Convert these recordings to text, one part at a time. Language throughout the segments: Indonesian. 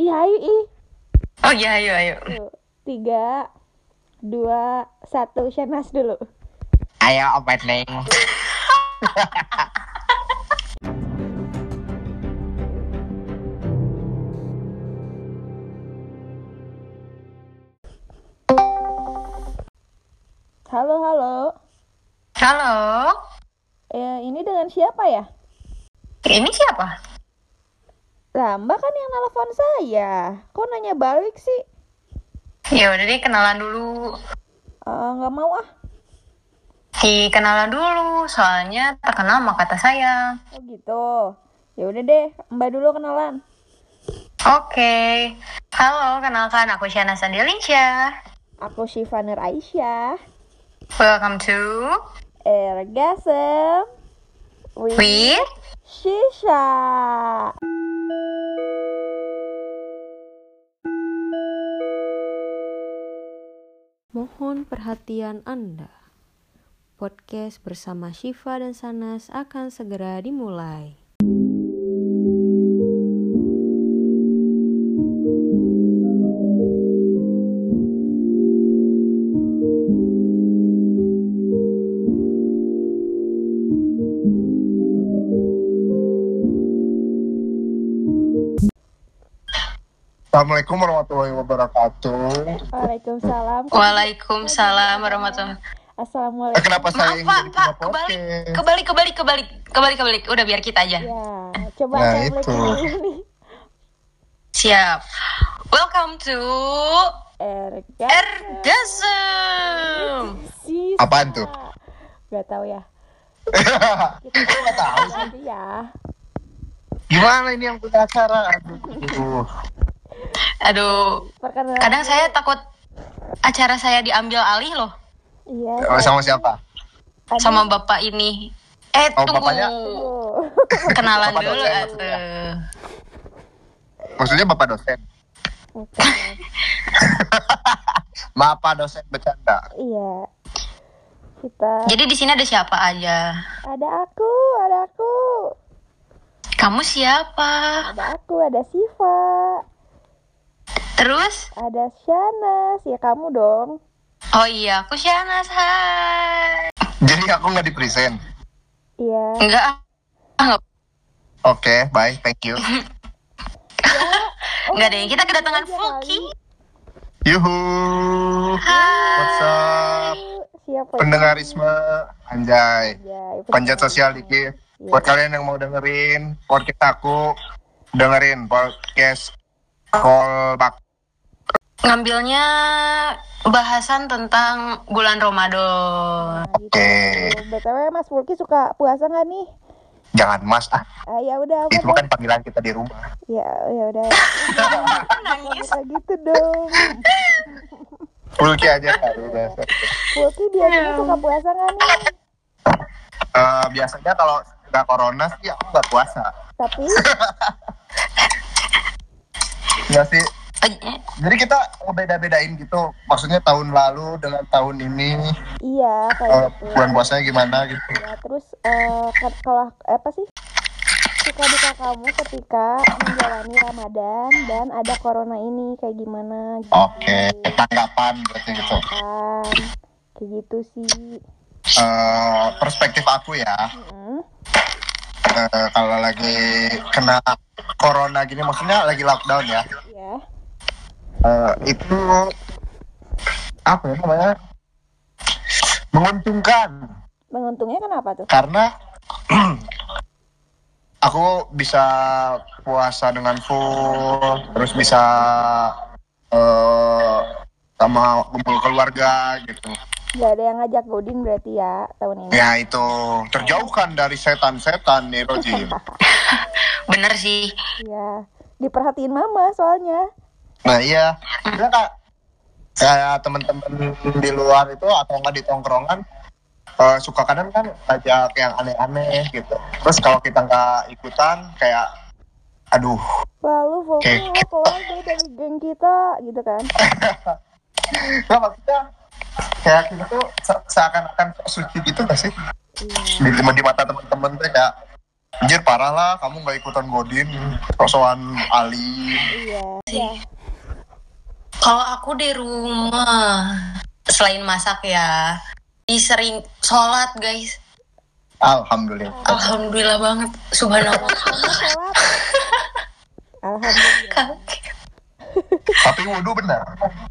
Iya, ayo. Oh iya, ayo. Tuh, 3, 2, 1, Shanas dulu. Ayo opening. Halo. Halo. Ini dengan siapa ya? Ini siapa? Lah, Mbak kan yang nelpon saya. Kok nanya balik sih? Ya udah deh, kenalan dulu. Nggak mau ah. Kenalan dulu, soalnya terkenal sama kata saya. Oh gitu. Ya udah deh, Mbak dulu kenalan. Oke. Halo, kenalkan aku Shanas Andelinsya. Aku Syifa Nur Aisyah. Welcome to Ergasm with Shisha. Mohon perhatian Anda. Podcast bersama Syifa dan Sanas akan segera dimulai. Assalamualaikum warahmatullahi wabarakatuh. Waalaikumsalam. Waalaikumsalam warahmatullahi. Assalamualaikum. Kenapa saya yang jadi punya podcast? Kebalik. Udah biar kita aja. Ya, coba Nah, assalamualaikum itu. dulu nih. Siap. Welcome to Ergasm. Sisa. Apaan tuh? Gak tahu ya. Itu nggak tahu sih. Nanti ya. Gimana ini yang punya acara? Aduh, Perkenalan. kadang saya takut acara saya diambil alih loh Iya. Sama siapa? sama bapak ini. Oh, Tunggu. bapaknya? Kenalan Bapak dulu dosen atuh. Maksudnya Bapak dosen? Maaf Pak dosen, bercanda. Iya. Kita Jadi di sini ada siapa aja? ada aku. Kamu siapa? Ada Syifa, Terus? ada Shanas, ya kamu dong. Oh iya, aku Shanas. Hai. Jadi aku nggak di-present? Iya. Enggak. Oke, bye, thank you. Enggak deh, kita kedatangan Fulki. Yuhu. Hai. What's up? Siapa? Pendengarisme, anjay. Ya, Panjat sosial dikit. Buat kalian yang mau dengerin podcast aku, dengerin podcast Callback. Ngambilnya bahasan tentang bulan Ramadan. Oke. BTW Mas Fulki suka puasa nggak nih? Jangan mas, Ya udah apa itu deh? kan panggilan kita di rumah. Ya udah. Nangis. Kayak gitu dong. Fulki aja kali biasa. Fulki biasanya suka puasa nggak nih? Biasanya kalau nggak corona sih aku nggak puasa. Tapi Nggak sih. Jadi kita beda-bedain gitu. Maksudnya tahun lalu dengan tahun ini iya kayak gitu. bulan puasanya gimana gitu. Ya, terus kalau apa sih? Suka duka kamu ketika menjalani Ramadan dan ada corona ini kayak gimana? Gitu. Oke, tanggapan berarti gitu. Kayak gitu sih. Perspektif aku ya. Mm-mm. Kalau lagi kena corona gini, maksudnya lagi lockdown ya. Ya. Itu apa ya namanya? Menguntungkan. Menguntungnya kenapa tuh? Karena aku bisa puasa dengan full, terus bisa sama kumpul keluarga gitu. Gak ada yang ngajak godin berarti ya tahun ini. Ya itu terjauhkan dari setan-setan nih Roji. Bener sih. Iya. Diperhatiin mama soalnya. Nah iya, kita kayak teman-teman di luar itu atau nggak di tongkrongan suka kadang kan ajak yang aneh-aneh gitu. Terus kalau kita nggak ikutan kayak aduh. Lalu Fulki mau keluar deh dari geng kita gitu kan. Nggak maksudnya kayak kita tuh seakan-akan suci gitu gak sih? Di mata teman-teman tuh kayak Anjir parah lah, kamu gak ikutan godin, sosokan alim. Iya. Kalau aku di rumah, selain masak ya, sering sholat guys. Alhamdulillah. Alhamdulillah banget, subhanallah. Kamu sholat. Alhamdulillah. Tapi wudhu benar.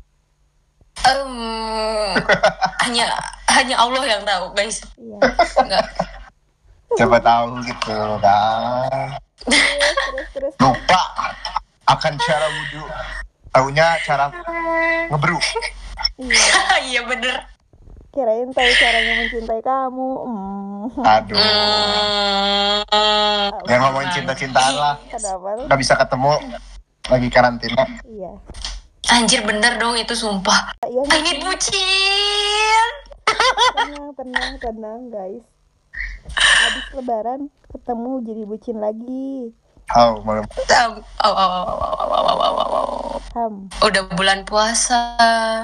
Hanya Allah yang tahu guys. Iya. Enggak. Siapa tahu gitu kan. Terus. Lupa akan cara wudhu. Taunya cara ngebru. Iya. Iya bener. Kirain tahu caranya mencintai kamu. Aduh. Ya ngomongin cinta-cintaan lah. Kenapa lu? Gak bisa ketemu. Lagi karantina. Iya. Anjir bener dong itu sumpah. Iya. Ini bucin. Tenang guys. Habis lebaran ketemu jadi bucin lagi. Malam. Udah bulan puasa,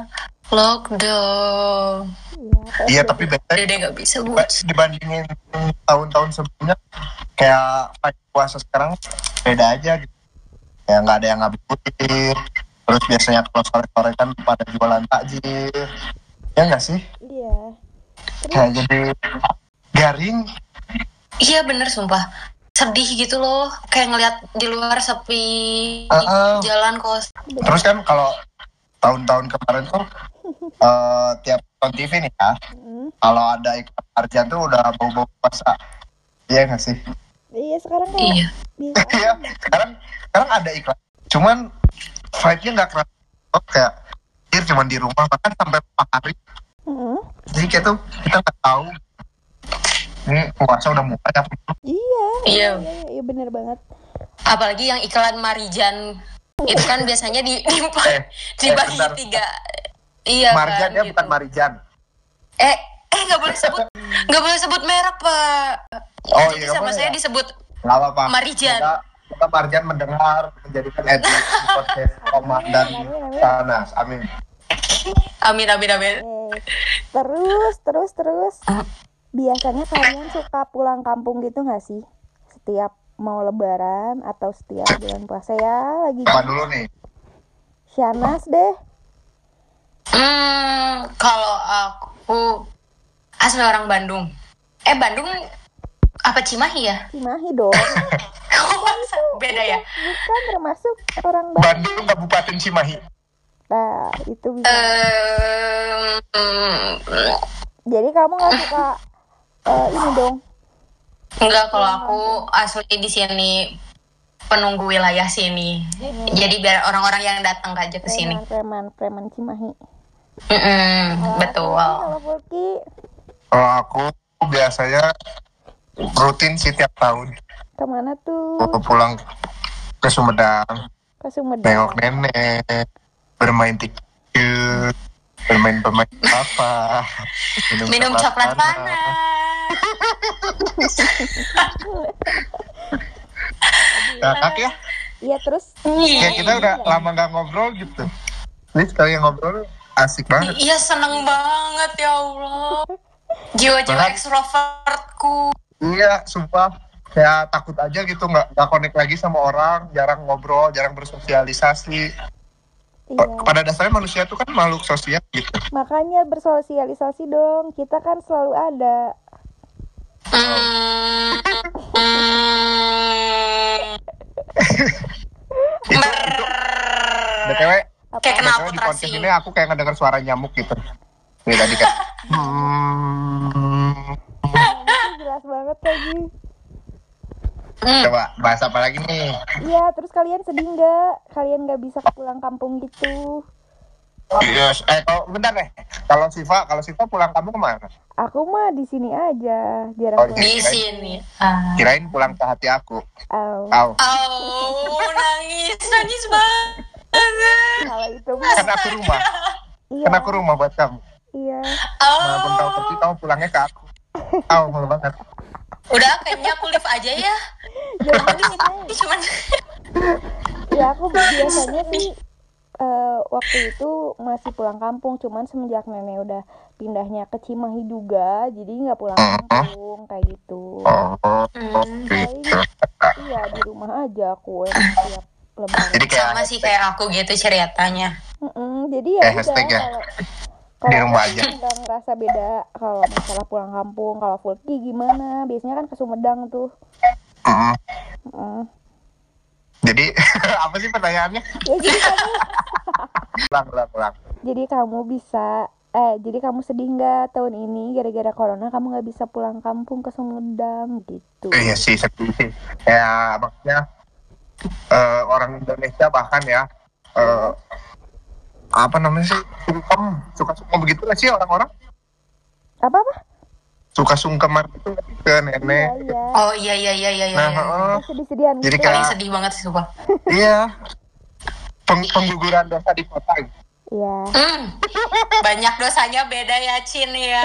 lockdown. Iya tapi Dede nggak bisa bucin. dibandingin tahun-tahun sebelumnya, kayak puasa sekarang beda aja gitu. Ya nggak ada yang ngabuburit. Terus biasanya kalau sore-sore kan pada jualan takjil. Ya nggak sih? Iya. Kayak jadi garing. Iya bener sumpah. Sedih gitu loh, kayak ngeliat di luar sepi, jalan kos. Terus kan kalau tahun-tahun kemarin tuh tiap nonton TV nih ya, kalau ada iklan Marjan tuh udah bau-bau puasa. Iya nggak sih? Iya sekarang kayak Iya. biasa. Iya. Sekarang ada iklan. Cuman vibe-nya nggak kerasa. Kayak cuman di rumah bahkan sampai 4 hari. Jadi kayak tuh kita nggak tahu. Ini puasa udah mulai apa belum? Iya bener banget. Apalagi yang iklan Marijan itu kan biasanya dibagi bentar. 3. Iya Marjan kan, ya gitu. bukan Marijan. Nggak boleh sebut merek Pak. Oh Jadi iya. sama boleh saya ya? disebut Nggak apa-apa. Marijan. Semoga Marjan mendengar menjadikan edit di podcast Komandan Sanas. Amin. Amin. Terus. Biasanya kalian suka pulang kampung gitu nggak sih? Setiap mau lebaran atau setiap bulan puasa ya lagi. Apa dulu nih? Shanas deh. Kalau aku asli orang Bandung. Bandung apa Cimahi ya? Cimahi dong. Beda ya? Bukan termasuk orang Bandung. Bandung Kabupaten Cimahi. Nah itu bisa. Jadi kamu nggak suka ini dong? Enggak, kalau aku asli di sini penunggu wilayah sini. Jadi biar orang-orang yang datang aja ke sini. Preman Cimahi. Betul. Kalau Fulki Kalau aku biasanya rutin sih tiap tahun. kemana tuh? Aku pulang ke Sumedang, Ke Sumedang. nengok nenek, bermain tiktok, bermain apa, Minum coklat panas. Kakak ya? Iya terus. Kayak kita udah lama gak ngobrol gitu. Ini sekali yang ngobrol asik banget. Iya seneng banget ya Allah. Jiwa-jiwa Banget. ekstrovertku. Iya, sumpah. Kayak takut aja gitu, nggak connect lagi sama orang, jarang ngobrol, jarang bersosialisasi. Iya. Pada dasarnya manusia itu kan makhluk sosial gitu. Makanya bersosialisasi dong. Kita kan selalu ada. Itu BTW, Kayak kenal BTW di putra podcast sih. ini aku kayak ngedenger suara nyamuk gitu. Dari tadi kan. Itu jelas banget lagi. Coba bahas apa lagi nih? Iya, terus kalian sedih nggak? Kalian nggak bisa pulang kampung gitu? Yes. Bentar deh. Kalau Siva pulang kamu kemana? Aku mah di sini aja, jarang Oh, pulang. Di sini. Kirain pulang ke hati aku. Au. Nangis banget. Kalau itu mah, Karena aku rumah. iya, Karena aku rumah buat kamu. iya. Walaupun kamu pergi, kamu pulangnya ke aku. Malu banget. Udah kayaknya aku live aja ya. Jadi Cuman ya aku biasanya sih waktu itu masih pulang kampung, cuman semenjak nenek udah pindahnya ke Cimahi juga, jadi nggak pulang kampung kayak gitu. Paling iya di rumah aja aku tiap lebaran. Jadi kayak sama sih kayak aku gitu ceritanya. Jadi ya udah hashtag ya? kalau Di rumah aku aja. sih nggak ngerasa beda kalau masalah pulang kampung. Kalau Fulki gimana? Biasanya kan ke Sumedang tuh. Jadi apa sih pertanyaannya? Ya, jadi kamu Ulang. jadi kamu bisa jadi kamu sedih nggak tahun ini gara-gara corona kamu nggak bisa pulang kampung ke Sumedang gitu? Iya sih, sedih sih. Ya maksudnya orang Indonesia bahkan ya apa namanya sih, suka begitu lah sih orang-orang. Apa? Suka sungkeman gitu ke nenek. Iya. Oh iya. Nah, Sedih-sedihan jadi gitu. Paling kayak sedih banget sih sumpah. iya, pengguguran dosa di kota gitu. Iya. Banyak dosanya beda ya Cin ya.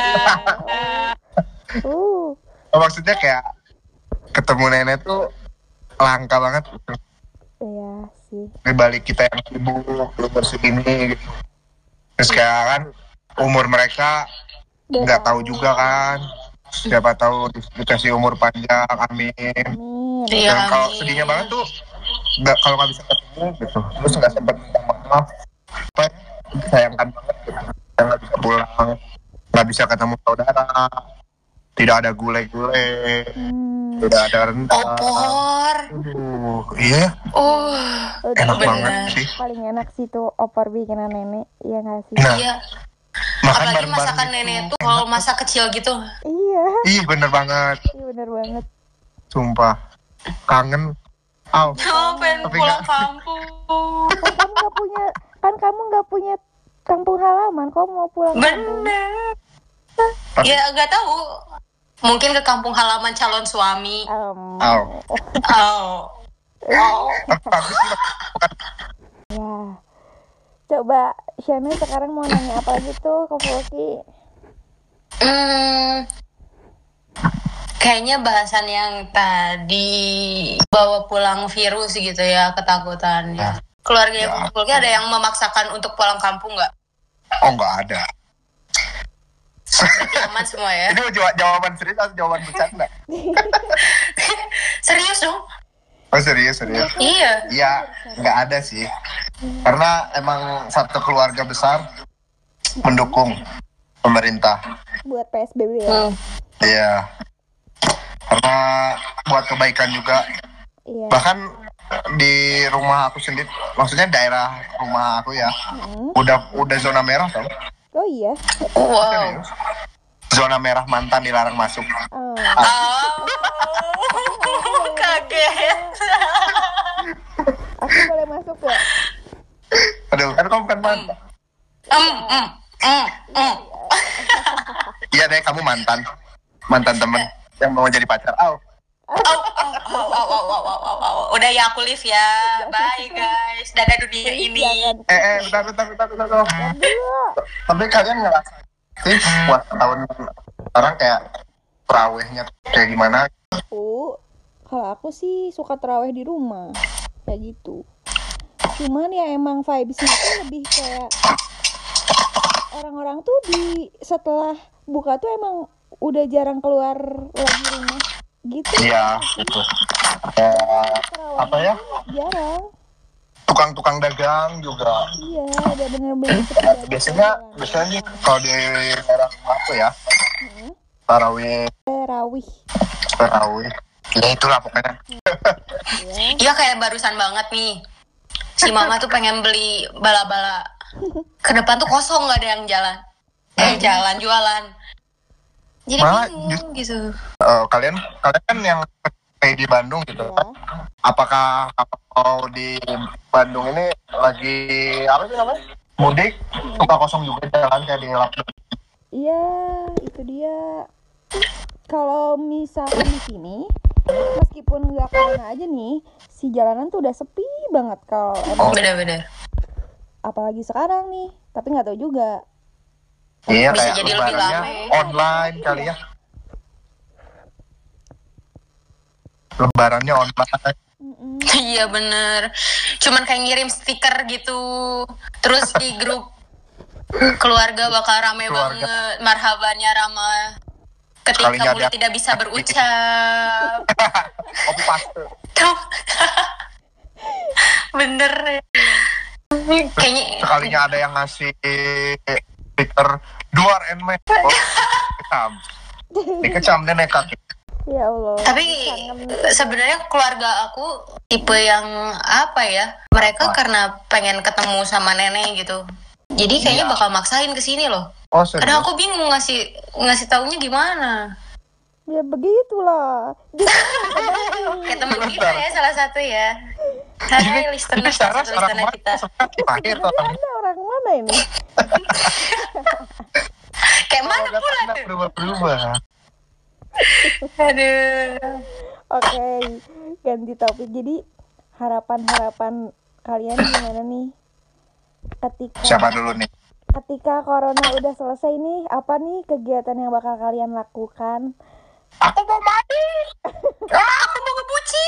Maksudnya kayak ketemu nenek tuh langka banget gitu. Iya sih. Dibalik kita yang sibuk belum segini gitu. Terus kayak kan umur mereka nggak tahu juga kan, siapa tahu dikasih umur panjang, amin. Iya, Dan kalau amin. sedihnya banget tuh kalau nggak bisa ketemu gitu, terus nggak sempat minta maaf, apa disayangkan banget gitu. Kita nggak bisa pulang, nggak bisa ketemu saudara, tidak ada gulai-gulai, tidak ada rendang. Opor. Iya, enak bener. banget sih. Paling enak sih tuh opor bikinan nenek, iya nggak sih? Nah, Iya. makan Apalagi bareng-bareng masakan gitu. nenek tuh kalau masa kecil gitu. Iya. Ih, bener banget, Sumpah. kangen. Aw. Pengen Tapi pulang nggak. kampung. Kamu nggak punya kampung halaman, kamu mau pulang kampung? Bener. Ya nggak tahu. Mungkin ke kampung halaman calon suami. Aw. Bagus sih. Ya. Coba Shana sekarang mau nanya apa lagi tuh ke Fulki? Kayaknya bahasan yang tadi bawa pulang virus gitu ya, ketakutan ya. Keluarga Fulki ada yang memaksakan untuk pulang kampung nggak? Oh, nggak ada. Berarti aman semua ya. Ini jawaban serius atau jawaban bercanda? Serius dong? Oh, serius. Iya. Iya, nggak ada sih. Karena emang satu keluarga besar mendukung pemerintah. Buat PSBB ya? Iya. Karena buat kebaikan juga. Iya. Bahkan di rumah aku sendiri, maksudnya daerah rumah aku ya, udah zona merah tau? Oh iya? Wow. Serius. Zona merah, mantan dilarang masuk. Kaget. Aku boleh masuk gak? Aduh, kan kamu bukan mantan. Iya deh, kamu mantan temen yang mau jadi pacar. Udah ya aku live ya. Bye guys. Dadah dunia ini. Bentar. Tapi kalian ngerasa sih buat tahun sekarang kayak terawihnya kayak gimana? Kalau aku sih suka terawih di rumah kayak gitu. Cuman ya emang vibesnya tuh lebih kayak orang-orang tuh setelah buka tuh emang udah jarang keluar lagi rumah gitu. Iya, itu. Apa ya? Jarang. Tukang dagang juga. Iya, udah bener-bener sepi. Biasanya kalau di daerah aku ya, tarawih. Ya itulah pokoknya. Iya kayak barusan banget nih. Si mama tuh pengen beli bala-bala. Ke depan tuh kosong, nggak ada yang jalan. Jalan jualan. Jadi Malah bingung gitu. Kalian kan yang stay di Bandung gitu kan? Apakah kalau di Bandung ini lagi apa sih namanya? Mudik suka kosong juga jalan kayak di lockdown? Iya, itu dia. Kalau misalkan di sini, meskipun nggak corona aja nih, si jalanan tuh udah sepi banget kalau emang. Bener-bener. Apalagi sekarang nih, tapi nggak tahu juga. Iya, Bisa kayak jadi lebih lebarannya lama. online kali ya. Lebarannya online. Iya bener. cuman kayak ngirim stiker gitu. Terus di grup keluarga bakal rame banget, marhabannya ramah. Ketika Sekalinya mulut dia- tidak bisa berucap. Copy paste. Tuh. Bener. Kayaknya Sekalinya ada yang ngasih stiker Duar and Me. Dikecam deh nekat. Ya Allah. tapi Kangen. sebenarnya keluarga aku tipe yang apa ya? Mereka karena pengen ketemu sama nenek gitu. Jadi kayaknya Iya. bakal maksain ke sini loh. Oh, Kadang serius? aku bingung ngasih taunya gimana. Ya begitulah. Kayak teman kita ya, salah satu ya. Hai listener, salah satu listener kita. Mahir tuh orang. Anda orang mana ini? Kayak mana pula tuh? Berubah-berubah. Aduh. Oke, ganti topik. Jadi harapan-harapan kalian gimana nih? Siapa dulu nih? Ketika corona udah selesai nih, apa nih kegiatan yang bakal kalian lakukan? Aku mau mandi. Aku mau ngebuci.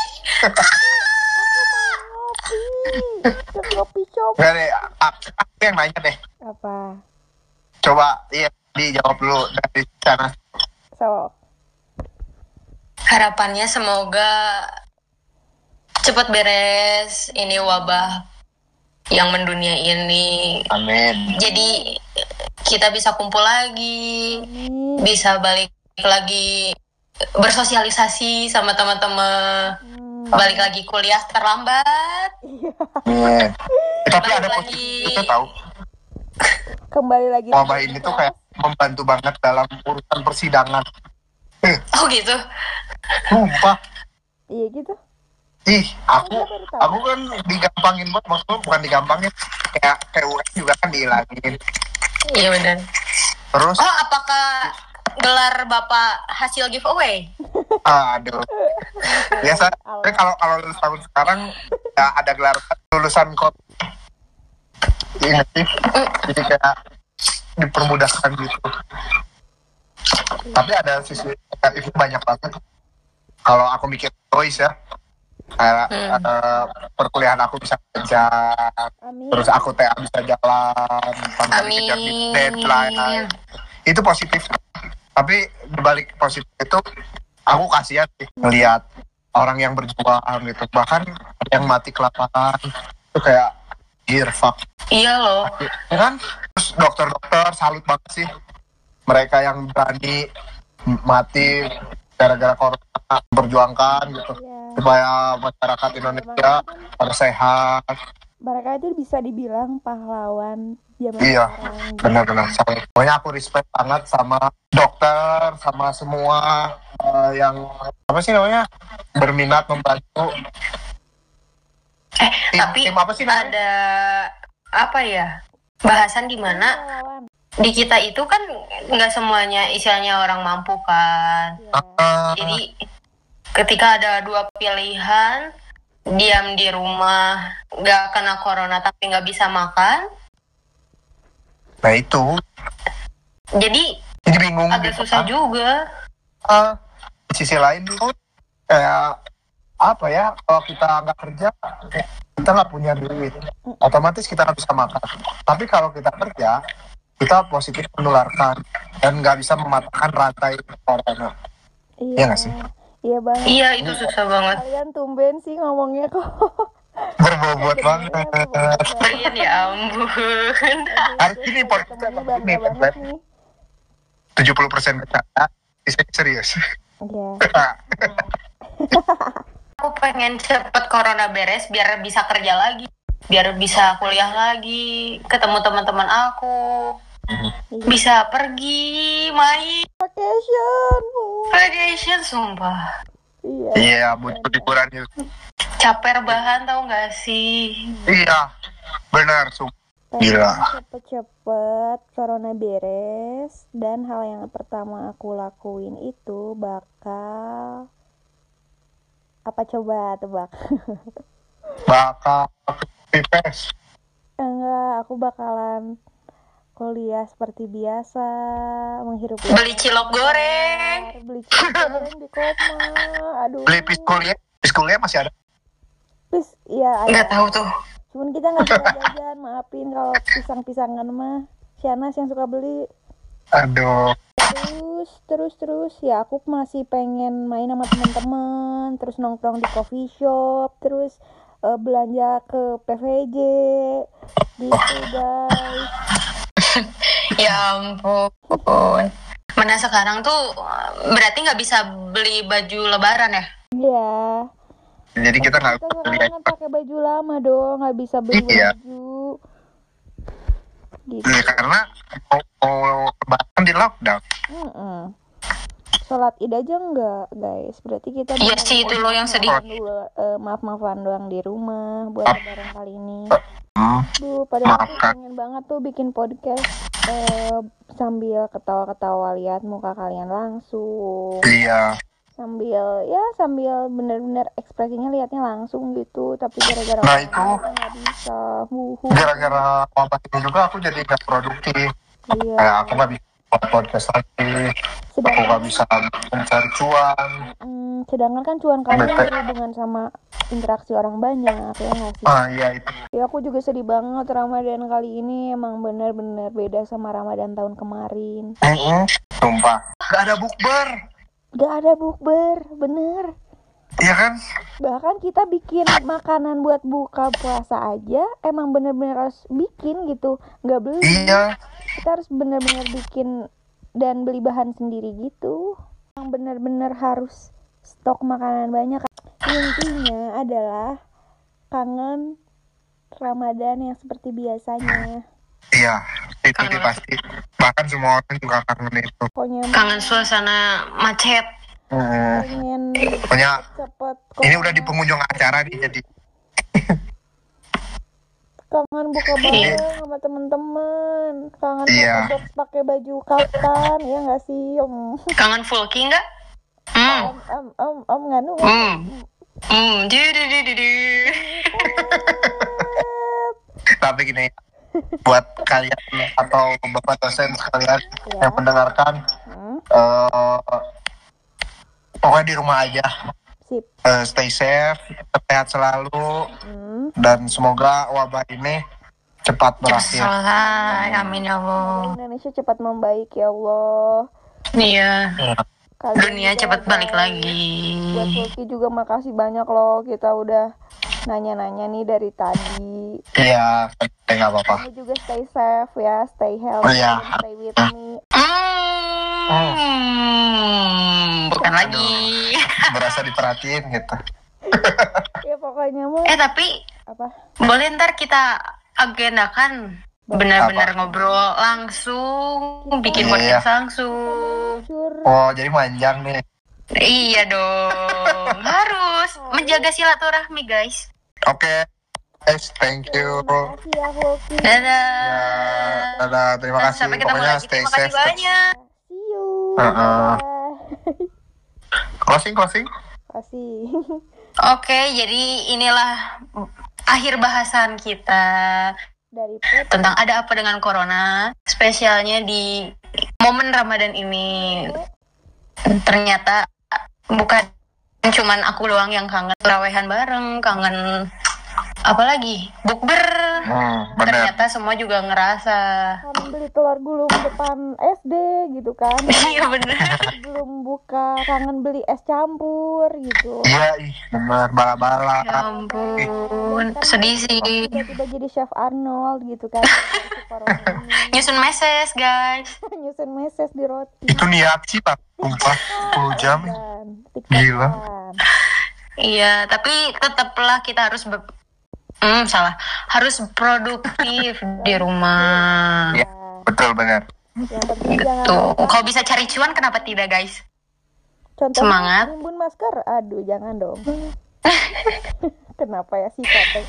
Ngopi, ke kopi shop. Gak deh, aku yang nanya deh. Apa? Coba dijawab dulu dari sana. So, Harapannya semoga cepat beres ini wabah yang mendunia ini. Amin. Jadi kita bisa kumpul lagi, amin. bisa balik lagi bersosialisasi sama teman-teman, balik lagi kuliah terlambat. Amin. Tapi ada Balik positif lagi. itu tahu. Kembali lagi. Wabah ini tuh kayak membantu banget dalam urusan persidangan. Oh gitu. Sumpah. Iya gitu. Ih, aku Saya baru tahu. kan digampangin banget, maksudnya bukan digampangin, kayak UN juga kan dihilangin. Iya benar. Terus, Oh, apakah gelar Bapak hasil giveaway? aduh, biasa. Kalau lulus tahun sekarang ya ada gelar lulusan kok. Ingat sih, jadi kayak dipermudahkan gitu. Tapi ada sisi negatif banyak banget. Kalau aku mikir choice ya, kayak perkuliahan aku bisa kerja, Amin. terus aku TA bisa jalan tanpa Amin. dikejar di deadline. Itu positif. Tapi dibalik positif itu, aku kasihan sih ngelihat orang yang berjuang gitu. Bahkan ada yang mati kelaparan. Itu kayak fuck. Iya loh. Ya kan? Terus dokter-dokter salut banget sih. Mereka yang berani mati gara-gara corona, berjuangkan gitu. Iya. Supaya masyarakat Indonesia pada sehat. Mereka itu bisa dibilang pahlawan zaman Iya, sekarang. benar-benar. Pokoknya aku respect banget sama dokter, sama semua yang apa sih namanya berminat membantu. Tapi tim apa sih namanya? ada apa ya? Bahasan di mana Pahlawan. di kita itu kan nggak semuanya istilahnya orang mampu kan. Iya. Jadi ketika ada dua pilihan, diam di rumah nggak kena corona tapi nggak bisa makan, Nah itu, jadi jadi bingung agak gitu susah kan. juga. Di sisi lain tuh kayak apa ya, kalau kita nggak kerja kita nggak punya duit, otomatis kita nggak bisa makan. Tapi kalau kita kerja, kita positif menularkan dan nggak bisa mematahkan rantai corona. Iya nggak sih? Iya banget. Iya itu susah banget. Kalian tumben sih ngomongnya kok. Berbobot banget. Kalian ya ampun. Hari ini podcastnya Temennya begini, bangga banget nih. 70% bercanda, sisanya serius. Iya. Aku pengen cepet corona beres biar bisa kerja lagi, biar bisa kuliah lagi, ketemu teman-teman aku, bisa pergi main vacation, sumpah. Iya. Iya, butuh liburan itu. Caper bahan tau gak sih? Iya, benar. Gila. Cepet-cepet corona beres, dan hal yang pertama aku lakuin itu bakal apa, coba tebak? Bakal pipes. Enggak, aku bakalan kuliah seperti biasa, menghirup Beli cilok goreng. beli cilok goreng di Koma. Aduh. Beli piskulnya masih ada. Please, iya Nggak ada. tahu tuh. Cuman kita nggak bisa jajan, maafin kalau pisang-pisangan mah. Shanas yang suka beli. Aduh. Terus ya aku masih pengen main sama teman-teman, terus nongkrong di coffee shop, terus belanja ke PVJ gitu guys. Ya ampun. Mana sekarang tuh berarti nggak bisa beli baju lebaran ya? Iya. Jadi kita nggak Kita beli sekarang kan pakai baju lama dong, nggak bisa beli Iya. baju. Gitu. Iya, karena mau lebaran di lockdown. Sholat id aja enggak guys, berarti kita Iya sih, itu loh yang sedih. maaf-maafan doang di rumah buat lebaran kali ini. Duh, padahal aku pengen banget tuh bikin podcast sambil ketawa-ketawa lihat muka kalian langsung. Iya. Sambil bener-bener ekspresinya liatnya langsung gitu, tapi gara-gara Nah, itu nggak bisa. gara-gara wabah ini juga aku jadi nggak produktif. Iya. Kayak aku nggak bisa buat podcast lagi. Aku nggak bisa mencari cuan. Sedangkan kan cuan kalian berhubungan sama interaksi orang banyak, ya nggak sih? Iya itu. Ya aku juga sedih banget, Ramadan kali ini emang bener-bener beda sama Ramadan tahun kemarin. Sumpah. Gak ada bukber. Gak ada bukber, bener. Iya kan? Bahkan kita bikin makanan buat buka puasa aja emang bener-bener harus bikin gitu, nggak beli. Iya. Kita harus bener-bener bikin dan beli bahan sendiri gitu. Emang bener-bener harus stok makanan banyak. Intinya adalah kangen Ramadan yang seperti biasanya. Iya, itu pasti. Bahkan semua orang juga kangen itu. Pokoknya Kangen suasana macet. pengen Pokoknya cepet. ini udah di penghujung acara nih, jadi Kangen buka bareng sama temen-temen. Kangen Iya. foto box pakai baju kaftan, ya nggak sih? Kangen Fulky nggak? Nganu. tapi gini, buat kalian atau bapak dosen sekalian yang mendengarkan, pokoknya di rumah aja. Sip. Stay safe, sehat selalu, dan semoga wabah ini cepat berakhir. Selesai, amin ya Allah. Indonesia cepat membaik ya Allah. Iya. Kalian Dunia juga, cepat balik guys. lagi. Buat Fulky juga makasih banyak loh, kita udah nanya-nanya nih dari tadi. Iya, nggak apa-apa. Kamu juga stay safe ya, stay healthy, Iya. and stay with me. Bukan lagi. Berasa diperhatiin gitu. Ya pokoknya mah Tapi apa? boleh ntar kita agendakan benar-benar ngobrol langsung, bikin podcast langsung. Oh, jadi manjang nih. Iya dong, harus menjaga silaturahmi guys. Oke, guys, thank you. Makasih ya Fulky. Dadah. Ya, dadah, terima kasih. Sampai ketemu Pokoknya lagi. stay Terima kasih safe. banyak. See you. Uh-uh. Bye. Closing. Kasih. Oke, jadi inilah akhir bahasan kita Dari tentang ada apa dengan corona, spesialnya di momen Ramadan ini. Ternyata bukan cuman aku doang yang kangen tarawehan bareng, kangen apalagi bukber. Bener. Ternyata semua juga ngerasa. Kan beli telur gulung depan SD gitu kan. Iya bener. Belum buka, kangen beli es campur gitu. Iya, bener, bala-bala. Ya ampun, sedih sih. Tiba-tiba jadi Chef Arnold gitu kan. Nyusun meses guys. Nyusun meses di roti. Itu niat sih, Pak. Sumpah, 10 jam. Gila. Iya, tapi tetaplah kita harus harus produktif di rumah. Iya, betul, bener. Yang penting jangan Tuh, lupa. kalau bisa cari cuan kenapa tidak guys? Contohnya semangat. nimbun masker. Aduh, jangan dong. Kenapa ya sifatnya?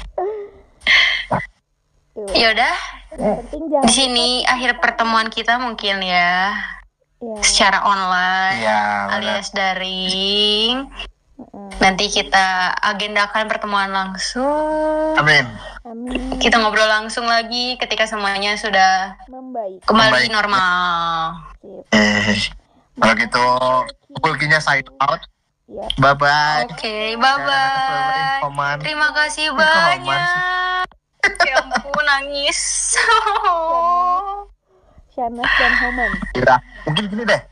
Yaudah, Yang penting jangan di sini akhir pertemuan kita mungkin ya, ya. secara online Iya, bener. alias daring. Nanti kita agendakan pertemuan langsung. Amin. Amin. Kita ngobrol langsung lagi ketika semuanya sudah Membaik. kembali Membaik. normal. Sip. Kalau gitu, Fulkinya sign out. Ya. Bye-bye. Oke, bye-bye. Terima kasih banyak. Ya ampun, nangis. Shanas dan Homan. Ya, mungkin gini deh.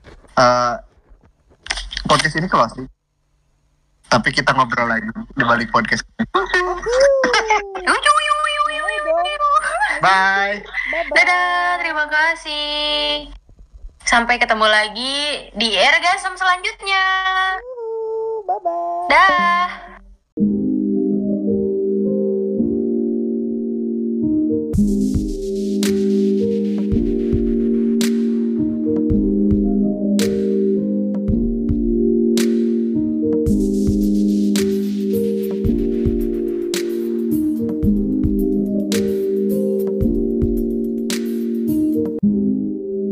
Podcast ini closing. Tapi kita ngobrol lagi di balik podcast ini. Bye. Dadah, terima kasih. Sampai ketemu lagi di Ergasm selanjutnya. Bye-bye. Dah.